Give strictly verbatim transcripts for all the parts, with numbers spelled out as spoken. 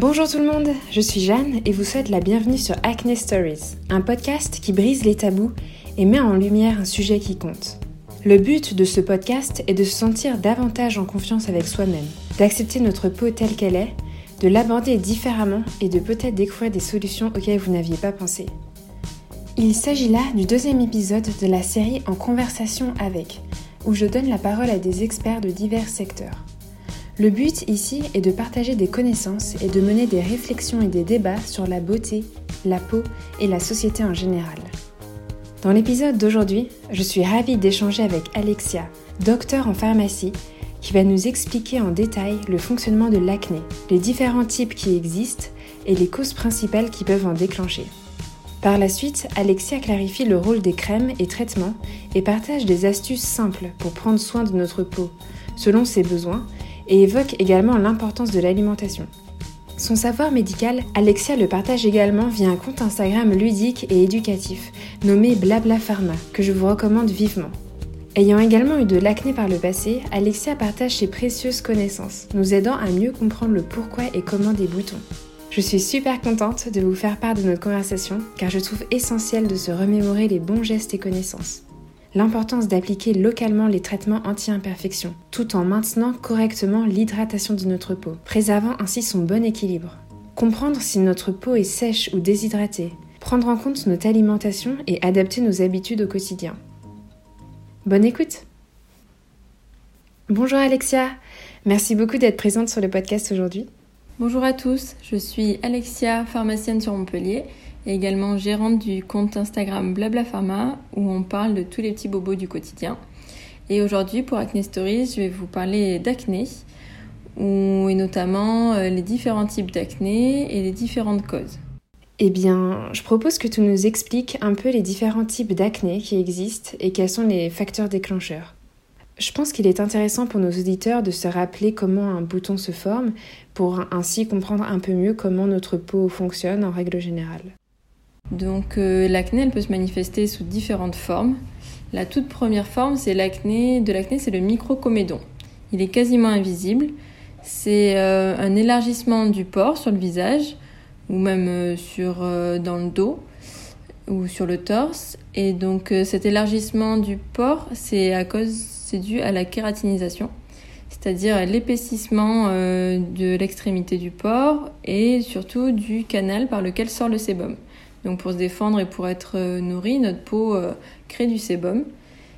Bonjour tout le monde, je suis Jeanne et vous souhaite la bienvenue sur Acne Stories, un podcast qui brise les tabous et met en lumière un sujet qui compte. Le but de ce podcast est de se sentir davantage en confiance avec soi-même, d'accepter notre peau telle qu'elle est, de l'aborder différemment et de peut-être découvrir des solutions auxquelles vous n'aviez pas pensé. Il s'agit là du deuxième épisode de la série En conversation avec, où je donne la parole à des experts de divers secteurs. Le but ici est de partager des connaissances et de mener des réflexions et des débats sur la beauté, la peau et la société en général. Dans l'épisode d'aujourd'hui, je suis ravie d'échanger avec Alexia, docteure en pharmacie, qui va nous expliquer en détail le fonctionnement de l'acné, les différents types qui existent et les causes principales qui peuvent en déclencher. Par la suite, Alexia clarifie le rôle des crèmes et traitements et partage des astuces simples pour prendre soin de notre peau, selon ses besoins, et évoque également l'importance de l'alimentation. Son savoir médical, Alexia le partage également via un compte Instagram ludique et éducatif, nommé Blabla Pharma, que je vous recommande vivement. Ayant également eu de l'acné par le passé, Alexia partage ses précieuses connaissances, nous aidant à mieux comprendre le pourquoi et comment des boutons. Je suis super contente de vous faire part de notre conversation, car je trouve essentiel de se remémorer les bons gestes et connaissances. L'importance d'appliquer localement les traitements anti-imperfection, tout en maintenant correctement l'hydratation de notre peau, préservant ainsi son bon équilibre. Comprendre si notre peau est sèche ou déshydratée, prendre en compte notre alimentation et adapter nos habitudes au quotidien. Bonne écoute! Bonjour Alexia, merci beaucoup d'être présente sur le podcast aujourd'hui. Bonjour à tous, je suis Alexia, pharmacienne sur Montpellier, et également gérante du compte Instagram Blabla Pharma où on parle de tous les petits bobos du quotidien. Et aujourd'hui pour Acne Stories, je vais vous parler d'acné ou, et notamment les différents types d'acné et les différentes causes. Eh bien, je propose que tu nous expliques un peu les différents types d'acné qui existent et quels sont les facteurs déclencheurs. Je pense qu'il est intéressant pour nos auditeurs de se rappeler comment un bouton se forme pour ainsi comprendre un peu mieux comment notre peau fonctionne en règle générale. Donc euh, l'acné, elle peut se manifester sous différentes formes. La toute première forme, c'est l'acné. De l'acné, c'est le microcomédon. Il est quasiment invisible. C'est euh, un élargissement du pore sur le visage ou même euh, sur euh, dans le dos ou sur le torse. Et donc euh, cet élargissement du pore, c'est à cause, c'est dû à la kératinisation, c'est-à-dire à l'épaississement euh, de l'extrémité du pore et surtout du canal par lequel sort le sébum. Donc pour se défendre et pour être nourri, notre peau euh, crée du sébum.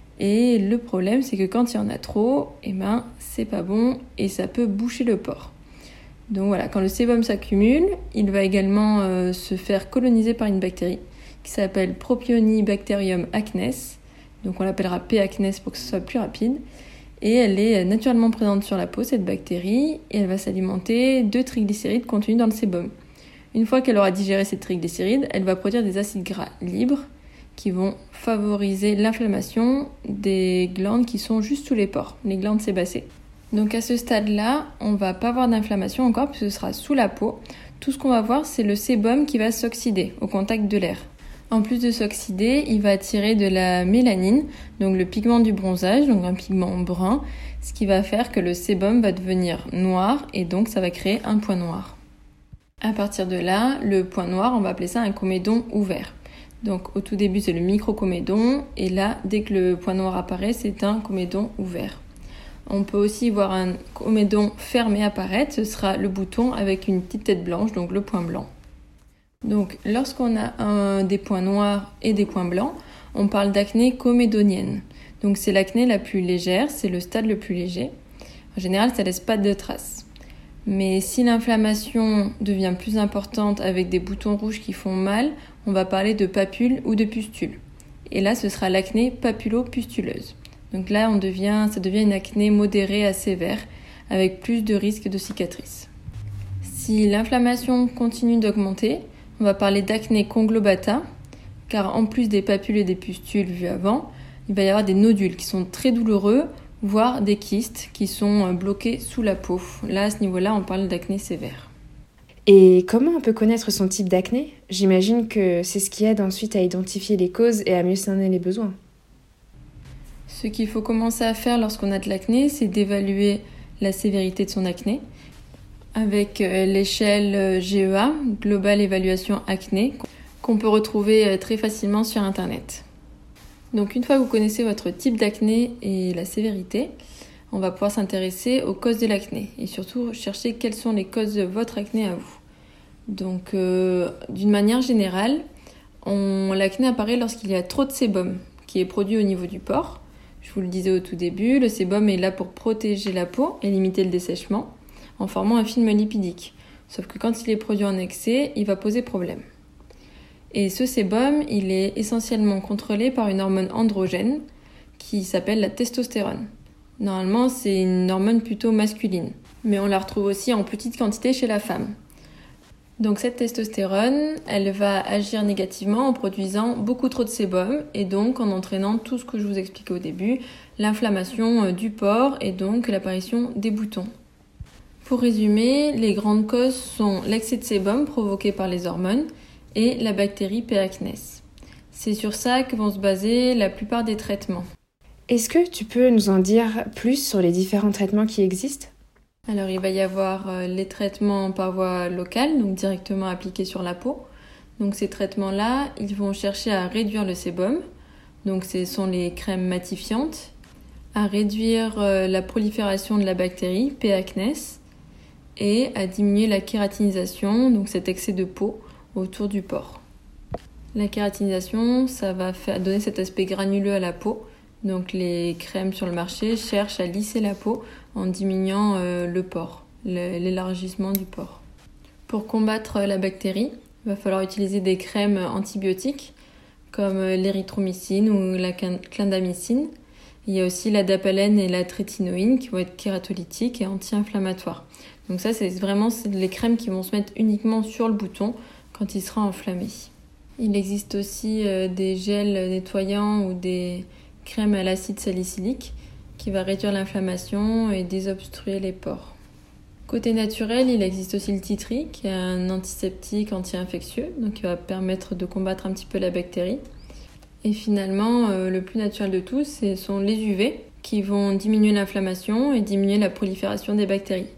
Et le problème, c'est que quand il y en a trop, eh ben, c'est pas bon et ça peut boucher le pore. Donc voilà, quand le sébum s'accumule, il va également euh, se faire coloniser par une bactérie qui s'appelle Propionibacterium acnes. Donc on l'appellera P. acnes pour que ce soit plus rapide. Et elle est naturellement présente sur la peau, cette bactérie, et elle va s'alimenter de triglycérides contenus dans le sébum. Une fois qu'elle aura digéré ces triglycérides, elle va produire des acides gras libres qui vont favoriser l'inflammation des glandes qui sont juste sous les pores, les glandes sébacées. Donc à ce stade-là, on ne va pas avoir d'inflammation encore puisque ce sera sous la peau. Tout ce qu'on va voir, c'est le sébum qui va s'oxyder au contact de l'air. En plus de s'oxyder, il va attirer de la mélanine, donc le pigment du bronzage, donc un pigment brun, ce qui va faire que le sébum va devenir noir et donc ça va créer un point noir. À partir de là, le point noir, on va appeler ça un comédon ouvert. Donc au tout début, c'est le microcomédon et là, dès que le point noir apparaît, c'est un comédon ouvert. On peut aussi voir un comédon fermé apparaître, ce sera le bouton avec une petite tête blanche, donc le point blanc. Donc lorsqu'on a un, des points noirs et des points blancs, on parle d'acné comédonienne. Donc c'est l'acné la plus légère, c'est le stade le plus léger. En général, ça laisse pas de traces. Mais si l'inflammation devient plus importante avec des boutons rouges qui font mal, on va parler de papules ou de pustules. Et là, ce sera l'acné papulo-pustuleuse. Donc là, on devient, ça devient une acné modérée à sévère, avec plus de risques de cicatrices. Si l'inflammation continue d'augmenter, on va parler d'acné conglobata, car en plus des papules et des pustules vues avant, il va y avoir des nodules qui sont très douloureux, voire des kystes qui sont bloqués sous la peau. Là, à ce niveau-là, on parle d'acné sévère. Et comment on peut connaître son type d'acné ? J'imagine que c'est ce qui aide ensuite à identifier les causes et à mieux cerner les besoins. Ce qu'il faut commencer à faire lorsqu'on a de l'acné, c'est d'évaluer la sévérité de son acné. avec l'échelle G E A, Global Evaluation Acné, qu'on peut retrouver très facilement sur Internet. Donc une fois que vous connaissez votre type d'acné et la sévérité, on va pouvoir s'intéresser aux causes de l'acné et surtout chercher quelles sont les causes de votre acné à vous. Donc euh, d'une manière générale, on, l'acné apparaît lorsqu'il y a trop de sébum qui est produit au niveau du pore. Je vous le disais au tout début, le sébum est là pour protéger la peau et limiter le dessèchement en formant un film lipidique. Sauf que quand il est produit en excès, il va poser problème. Et ce sébum, il est essentiellement contrôlé par une hormone androgène qui s'appelle la testostérone. Normalement, c'est une hormone plutôt masculine, mais on la retrouve aussi en petite quantité chez la femme. Donc cette testostérone, elle va agir négativement en produisant beaucoup trop de sébum et donc en entraînant tout ce que je vous expliquais au début, l'inflammation du pore et donc l'apparition des boutons. Pour résumer, les grandes causes sont l'excès de sébum provoqué par les hormones et la bactérie P. acnes. C'est sur ça que vont se baser la plupart des traitements. Est-ce que tu peux nous en dire plus sur les différents traitements qui existent ? Alors il va y avoir les traitements par voie locale, donc directement appliqués sur la peau. Donc ces traitements-là, ils vont chercher à réduire le sébum, donc ce sont les crèmes matifiantes, à réduire la prolifération de la bactérie P. acnes et à diminuer la kératinisation, donc cet excès de peau autour du pore. La kératinisation, ça va faire donner cet aspect granuleux à la peau. Donc les crèmes sur le marché cherchent à lisser la peau en diminuant euh, le pore, le, l'élargissement du pore. Pour combattre la bactérie, il va falloir utiliser des crèmes antibiotiques comme l'érythromycine ou la clindamycine. Il y a aussi la dapalène et la trétinoïne qui vont être kératolytiques et anti-inflammatoires. Donc ça, c'est vraiment c'est les crèmes qui vont se mettre uniquement sur le bouton quand il sera enflammé. Il existe aussi euh, des gels nettoyants ou des crèmes à l'acide salicylique qui va réduire l'inflammation et désobstruer les pores. Côté naturel, il existe aussi le tea tree qui est un antiseptique anti-infectieux, donc qui va permettre de combattre un petit peu la bactérie. Et finalement, euh, le plus naturel de tous, ce sont les U V qui vont diminuer l'inflammation et diminuer la prolifération des bactéries.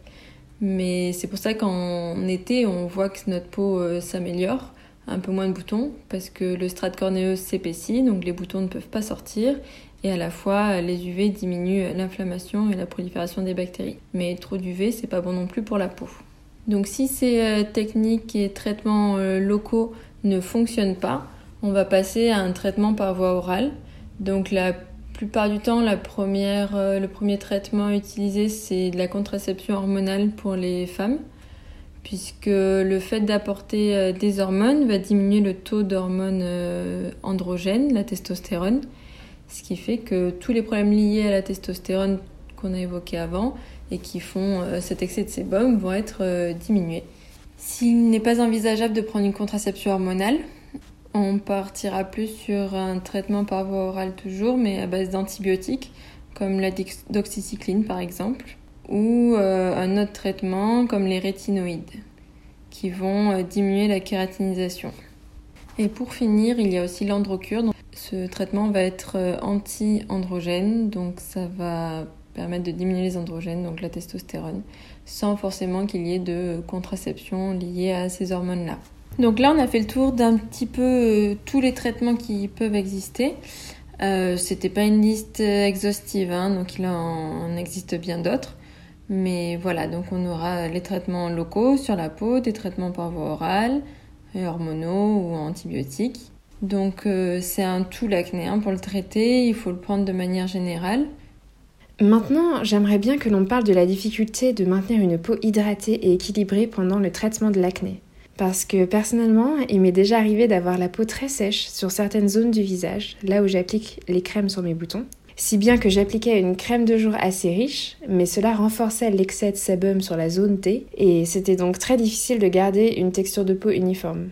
Mais c'est pour ça qu'en été, on voit que notre peau euh, s'améliore, un peu moins de boutons, parce que le strate cornéeux s'épaissit, donc les boutons ne peuvent pas sortir, et à la fois, les U V diminuent l'inflammation et la prolifération des bactéries. Mais trop d'U V, c'est pas bon non plus pour la peau. Donc si ces euh, techniques et traitements euh, locaux ne fonctionnent pas, on va passer à un traitement par voie orale. Donc la plupart du temps, la première, euh, le premier traitement utilisé, c'est de la contraception hormonale pour les femmes, puisque le fait d'apporter euh, des hormones va diminuer le taux d'hormones euh, androgènes, la testostérone, ce qui fait que tous les problèmes liés à la testostérone qu'on a évoqués avant et qui font euh, cet excès de sébum vont être euh, diminués. S'il n'est pas envisageable de prendre une contraception hormonale, on partira plus sur un traitement par voie orale toujours, mais à base d'antibiotiques, comme la doxycycline par exemple, ou euh, un autre traitement comme les rétinoïdes, qui vont euh, diminuer la kératinisation. Et pour finir, il y a aussi l'androcure. Donc, ce traitement va être euh, anti-androgène, donc ça va permettre de diminuer les androgènes, donc la testostérone, sans forcément qu'il y ait de contraception liée à ces hormones-là. Donc là, on a fait le tour d'un petit peu euh, tous les traitements qui peuvent exister. Euh, c'était pas une liste exhaustive, hein, donc il en, en existe bien d'autres. Mais voilà, donc on aura les traitements locaux sur la peau, des traitements par voie orale, hormonaux ou antibiotiques. Donc euh, c'est un tout l'acné, hein, pour le traiter, il faut le prendre de manière générale. Maintenant, j'aimerais bien que l'on parle de la difficulté de maintenir une peau hydratée et équilibrée pendant le traitement de l'acné. Parce que personnellement, il m'est déjà arrivé d'avoir la peau très sèche sur certaines zones du visage, là où j'applique les crèmes sur mes boutons. Si bien que j'appliquais une crème de jour assez riche, mais cela renforçait l'excès de sébum sur la zone T, et c'était donc très difficile de garder une texture de peau uniforme.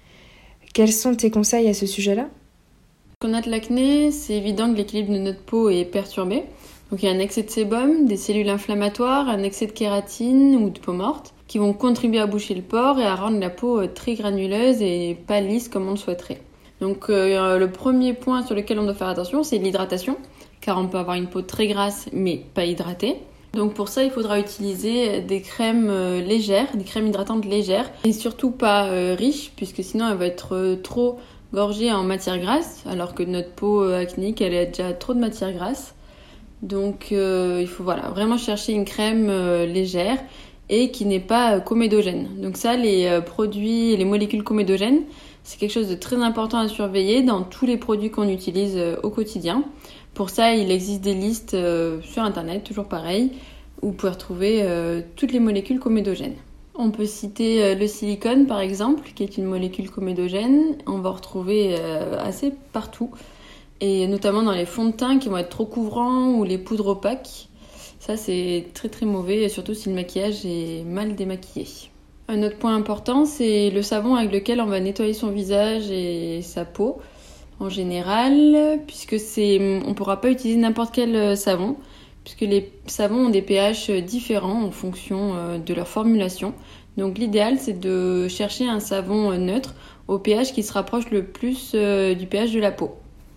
Quels sont tes conseils à ce sujet-là ? Quand on a de l'acné, c'est évident que l'équilibre de notre peau est perturbé. Donc il y a un excès de sébum, des cellules inflammatoires, un excès de kératine ou de peau morte, qui vont contribuer à boucher le pore et à rendre la peau très granuleuse et pas lisse comme on le souhaiterait. Donc euh, le premier point sur lequel on doit faire attention, c'est l'hydratation, car on peut avoir une peau très grasse mais pas hydratée. Donc pour ça, il faudra utiliser des crèmes légères, des crèmes hydratantes légères et surtout pas euh, riches, puisque sinon elle va être euh, trop gorgée en matière grasse, alors que notre peau acnéique, elle a déjà trop de matière grasse. Donc euh, il faut voilà, vraiment chercher une crème euh, légère et qui n'est pas euh, comédogène. Donc ça, les euh, produits, les molécules comédogènes, c'est quelque chose de très important à surveiller dans tous les produits qu'on utilise euh, au quotidien. Pour ça, il existe des listes euh, sur internet, toujours pareil, où vous pouvez retrouver euh, toutes les molécules comédogènes. On peut citer euh, le silicone par exemple, qui est une molécule comédogène. On va en retrouver euh, assez partout, et notamment dans les fonds de teint qui vont être trop couvrants ou les poudres opaques. Ça, c'est très très mauvais, surtout si le maquillage est mal démaquillé. Un autre point important, c'est le savon avec lequel on va nettoyer son visage et sa peau en général, puisque c'est, on ne pourra pas utiliser n'importe quel savon, puisque les savons ont des pH différents en fonction de leur formulation. Donc l'idéal, c'est de chercher un savon neutre au pH qui se rapproche le plus du pH de la peau.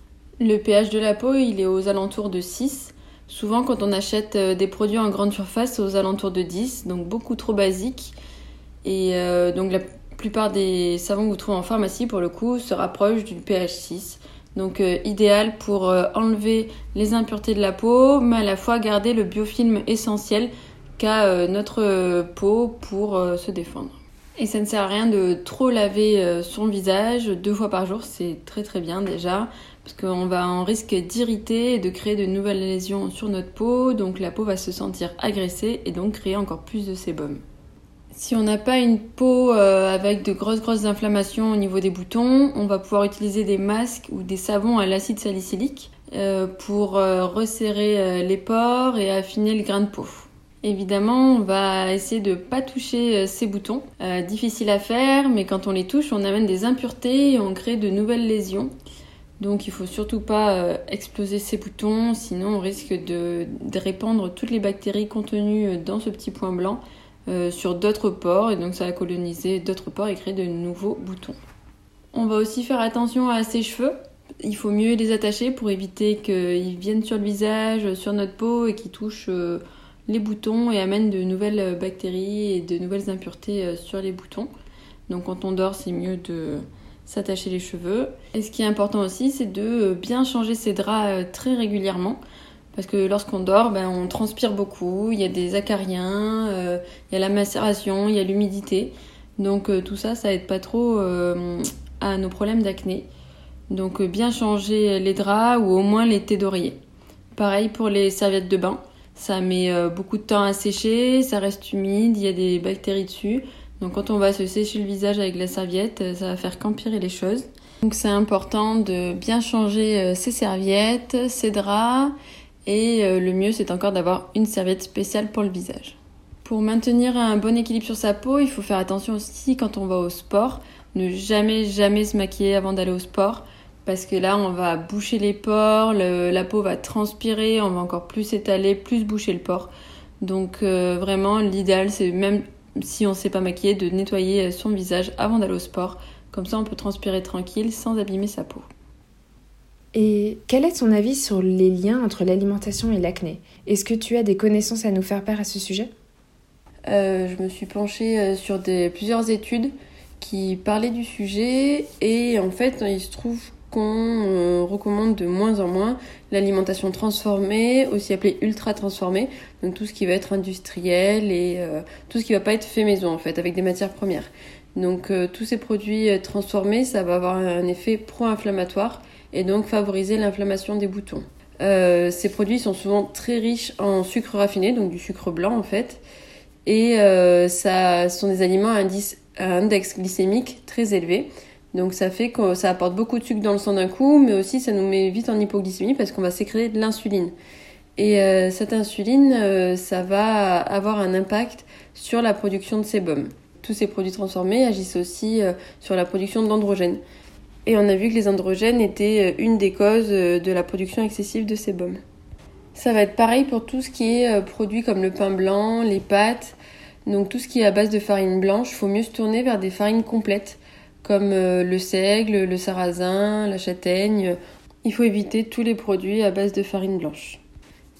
Le pH de la peau, il est aux alentours de six. Souvent, quand on achète des produits en grande surface, c'est aux alentours de dix, donc beaucoup trop basique. Et euh, donc la plupart des savons que vous trouvez en pharmacie, pour le coup, se rapprochent du pH six. Donc euh, idéal pour euh, enlever les impuretés de la peau, mais à la fois garder le biofilm essentiel qu'a euh, notre euh, peau pour euh, se défendre. Et ça ne sert à rien de trop laver euh, son visage deux fois par jour, c'est très très bien déjà, parce qu'on va en risque d'irriter et de créer de nouvelles lésions sur notre peau, donc la peau va se sentir agressée et donc créer encore plus de sébum. Si on n'a pas une peau euh, avec de grosses grosses inflammations au niveau des boutons, on va pouvoir utiliser des masques ou des savons à l'acide salicylique euh, pour euh, resserrer euh, les pores et affiner le grain de peau. Évidemment, on va essayer de ne pas toucher euh, ces boutons. Euh, difficile à faire, mais quand on les touche, on amène des impuretés et on crée de nouvelles lésions. Donc il ne faut surtout pas euh, exploser ces boutons, sinon on risque de, de répandre toutes les bactéries contenues dans ce petit point blanc Euh, sur d'autres pores, et donc ça va coloniser d'autres pores et créer de nouveaux boutons. On va aussi faire attention à ses cheveux. Il faut mieux les attacher pour éviter qu'ils viennent sur le visage, sur notre peau et qu'ils touchent euh, les boutons et amènent de nouvelles bactéries et de nouvelles impuretés euh, sur les boutons. Donc quand on dort, c'est mieux de s'attacher les cheveux. Et ce qui est important aussi, c'est de bien changer ses draps euh, très régulièrement. Parce que lorsqu'on dort, ben, on transpire beaucoup, il y a des acariens, euh, il y a la macération, il y a l'humidité. Donc euh, tout ça, ça aide pas trop euh, à nos problèmes d'acné. Donc euh, bien changer les draps ou au moins les têts d'oreiller. Pareil pour les serviettes de bain. Ça met euh, beaucoup de temps à sécher, ça reste humide, il y a des bactéries dessus. Donc quand on va se sécher le visage avec la serviette, ça va faire qu'empirer les choses. Donc c'est important de bien changer euh, ses serviettes, ses draps. Et euh, le mieux, c'est encore d'avoir une serviette spéciale pour le visage. Pour maintenir un bon équilibre sur sa peau, il faut faire attention aussi quand on va au sport. Ne jamais, jamais se maquiller avant d'aller au sport. Parce que là, on va boucher les pores, le, la peau va transpirer, on va encore plus s'étaler, plus boucher le pore. Donc euh, vraiment, l'idéal, c'est même si on ne s'est pas maquillé, de nettoyer son visage avant d'aller au sport. Comme ça, on peut transpirer tranquille sans abîmer sa peau. Et quel est ton avis sur les liens entre l'alimentation et l'acné ? Est-ce que tu as des connaissances à nous faire part à ce sujet ? euh, Je me suis penchée sur des, plusieurs études qui parlaient du sujet et en fait, il se trouve qu'on euh, recommande de moins en moins l'alimentation transformée, aussi appelée ultra transformée, donc tout ce qui va être industriel et euh, tout ce qui va pas être fait maison en fait, avec des matières premières. Donc euh, tous ces produits transformés, ça va avoir un effet pro-inflammatoire et donc favoriser l'inflammation des boutons. Euh, ces produits sont souvent très riches en sucre raffiné, donc du sucre blanc en fait, et euh, ça sont des aliments à, indice, à index glycémique très élevé, donc ça fait que ça apporte beaucoup de sucre dans le sang d'un coup, mais aussi ça nous met vite en hypoglycémie parce qu'on va sécréter de l'insuline. Et euh, cette insuline, euh, ça va avoir un impact sur la production de sébum. Tous ces produits transformés agissent aussi euh, sur la production d'androgènes. Et on a vu que les androgènes étaient une des causes de la production excessive de sébum. Ça va être pareil pour tout ce qui est produit comme le pain blanc, les pâtes. Donc tout ce qui est à base de farine blanche, il faut mieux se tourner vers des farines complètes, comme le seigle, le sarrasin, la châtaigne. Il faut éviter tous les produits à base de farine blanche.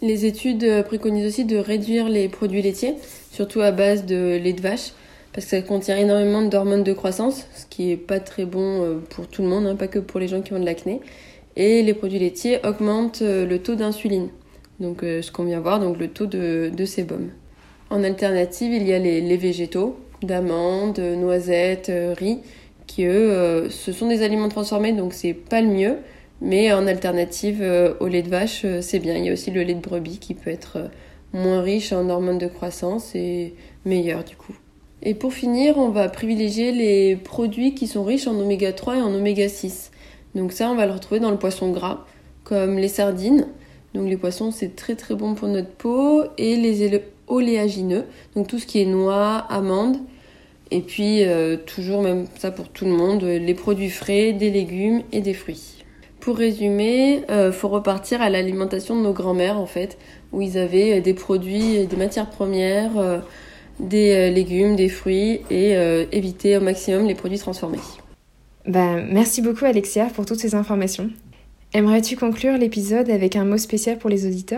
Les études préconisent aussi de réduire les produits laitiers, surtout à base de lait de vache, parce que ça contient énormément d'hormones de croissance, ce qui est pas très bon pour tout le monde, hein, pas que pour les gens qui ont de l'acné. Et les produits laitiers augmentent le taux d'insuline, donc ce qu'on vient voir, donc le taux de, de sébum. En alternative, il y a les laits végétaux, d'amandes, noisettes, riz, qui eux, euh, ce sont des aliments transformés, donc c'est pas le mieux, mais en alternative euh, au lait de vache, euh, c'est bien. Il y a aussi le lait de brebis qui peut être euh, moins riche en hormones de croissance et meilleur du coup. Et pour finir, on va privilégier les produits qui sont riches en oméga trois et en oméga six. Donc ça, on va le retrouver dans le poisson gras, comme les sardines. Donc les poissons, c'est très très bon pour notre peau. Et les oléagineux, donc tout ce qui est noix, amandes. Et puis, euh, toujours même ça pour tout le monde, les produits frais, des légumes et des fruits. Pour résumer, il euh, faut repartir à l'alimentation de nos grands-mères, en fait, où ils avaient des produits, des matières premières, euh, des euh, légumes, des fruits, et euh, éviter au maximum les produits transformés. Ben, merci beaucoup Alexia pour toutes ces informations. Aimerais-tu conclure l'épisode avec un mot spécial pour les auditeurs ?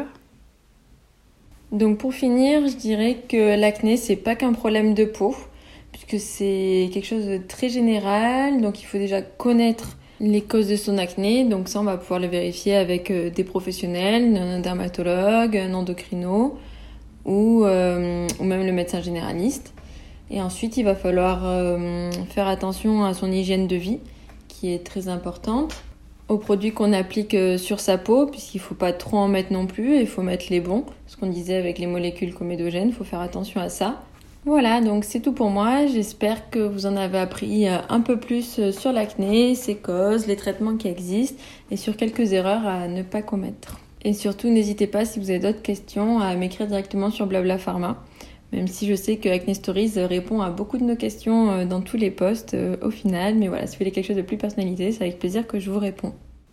Donc pour finir, je dirais que l'acné, c'est pas qu'un problème de peau, puisque c'est quelque chose de très général, donc il faut déjà connaître les causes de son acné, donc ça on va pouvoir le vérifier avec des professionnels, un dermatologue, un endocrino ou, euh, ou même le médecin généraliste. Et ensuite il va falloir euh, faire attention à son hygiène de vie, qui est très importante, aux produits qu'on applique sur sa peau, puisqu'il ne faut pas trop en mettre non plus, il faut mettre les bons, ce qu'on disait avec les molécules comédogènes, il faut faire attention à ça. Voilà, donc c'est tout pour moi. J'espère que vous en avez appris un peu plus sur l'acné, ses causes, les traitements qui existent et sur quelques erreurs à ne pas commettre. Et surtout, n'hésitez pas, si vous avez d'autres questions, à m'écrire directement sur Blabla Pharma, même si je sais que Acne Stories répond à beaucoup de nos questions dans tous les posts au final. Mais voilà, si vous voulez quelque chose de plus personnalisé, c'est avec plaisir que je vous réponds.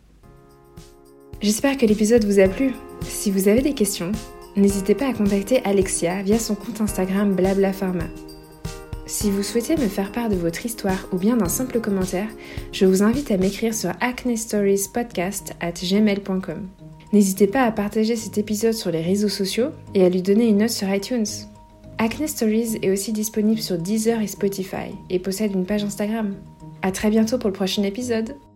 J'espère que l'épisode vous a plu. Si vous avez des questions, n'hésitez pas à contacter Alexia via son compte Instagram Blabla Pharma. Si vous souhaitez me faire part de votre histoire ou bien d'un simple commentaire, je vous invite à m'écrire sur acnestoriespodcast arobase gmail point com. N'hésitez pas à partager cet épisode sur les réseaux sociaux et à lui donner une note sur iTunes. Acne Stories est aussi disponible sur Deezer et Spotify et possède une page Instagram. À très bientôt pour le prochain épisode.